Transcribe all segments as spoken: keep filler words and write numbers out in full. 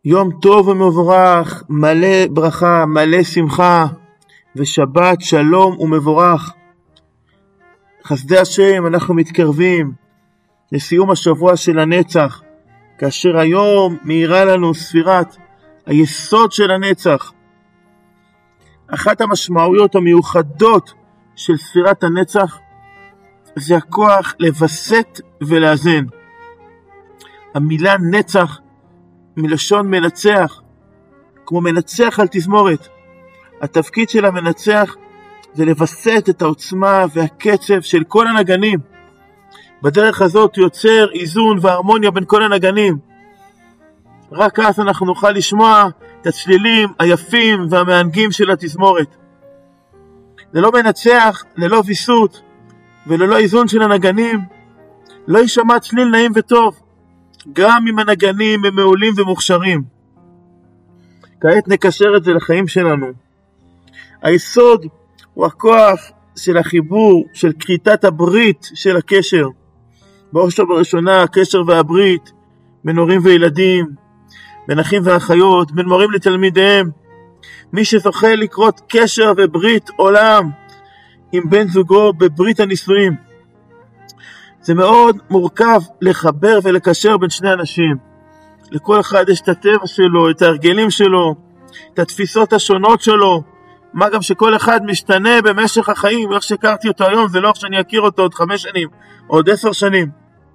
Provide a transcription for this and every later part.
יום טוב ומבורך, מלא ברכה, מלא שמחה, ושבת שלום ומבורך. חסדי השם, אנחנו מתקרבים לסיום השבוע של הנצח, כאשר היום מאירה לנו ספירת היסוד של הנצח. אחת המשמעויות המיוחדות של ספירת הנצח זה הכוח לבסט ולאזן. המילה נצח מלשון מנצח, כמו מנצח על תזמורת. התפקיד של המנצח זה לבסט את העוצמה והקצב של כל הנגנים. בדרך הזאת יוצר איזון והרמוניה בין כל הנגנים. רק אז אנחנו נוכל לשמוע את הצלילים היפים והמענגים של התזמורת. ללא מנצח, ללא ויסות וללא איזון של הנגנים, לא יישמע צליל נעים וטוב, גם אם הנגנים הם מעולים ומוכשרים. כעת נקשר את זה לחיים שלנו. היסוד הוא הכוח של החיבור, של כריתת הברית של הקשר. בראש ובראשונה הקשר והברית בין הורים וילדים, בין אחים ואחיות, בין מורים לתלמידיהם. מי שזוכה לקרות קשר וברית עולם עם בן זוגו בברית הנישואים, זה מאוד מורכב לחבר ולקשר בין שני אנשים. לכל אחד יש את הטבע שלו, את ההרגלים שלו, את התפיסות השונות שלו, מה גם שכל אחד משתנה במשך החיים. איך שהכרתי אותו היום זה לא איך שאני אכיר אותו עוד חמש שנים או עוד עשר שנים.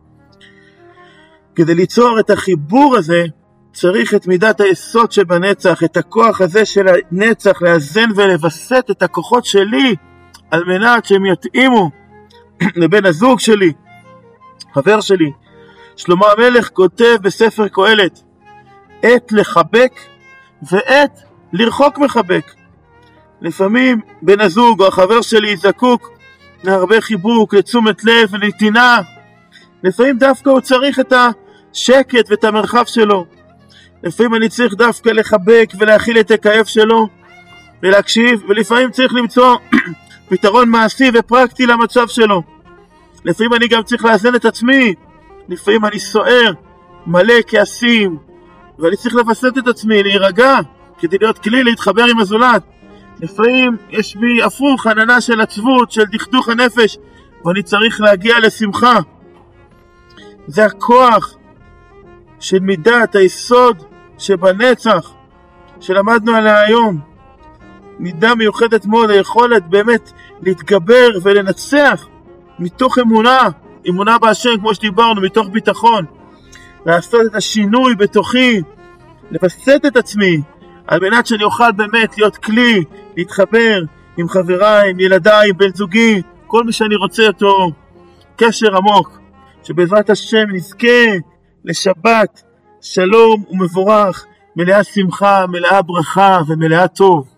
כדי ליצור את החיבור הזה צריך את מידת היסוד שבנצח, את הכוח הזה של הנצח לאזן ולבסט את הכוחות שלי על מנת שהם יתאימו לבן הזוג שלי, חבר שלי. שלמה המלך כותב בספר קהלת, עת לחבק ועת לרחוק מחבק. לפעמים בן הזוג או החבר שלי זקוק להרבה חיבוק, לתשומת לב ולנתינה. לפעמים דווקא הוא צריך את השקט ואת המרחב שלו. לפעמים אני צריך דווקא לחבק ולהכיל את הכאב שלו ולהקשיב, ולפעמים צריך למצוא פתרון מעשי ופרקטי למצב שלו. לפעמים אני גם צריך לאזן את עצמי. לפעמים אני סוער, מלא כעסים, ואני צריך לבסט את עצמי, להירגע, כדי להיות כלי להתחבר עם הזולת. לפעמים יש בי הפוך, עננה של עצבות, של דכדוך הנפש, ואני צריך להגיע לשמחה. זה הכוח של מידת היסוד שבנצח, שלמדנו עליה היום. מידה מיוחדת מאוד, היכולת באמת להתגבר ולנצח מתוך אמונה, אמונה בהשם, כמו שדיברנו, מתוך ביטחון, לעשות את השינוי בתוכי, לבסט את עצמי, על מנת שאני אוכל באמת להיות כלי, להתחבר עם חבריי, עם ילדיי, עם בן זוגי, כל מי שאני רוצה אותו, קשר עמוק, שבעזרת השם נזכה לשבת, שלום ומבורך, מלאה שמחה, מלאה ברכה ומלאה טוב.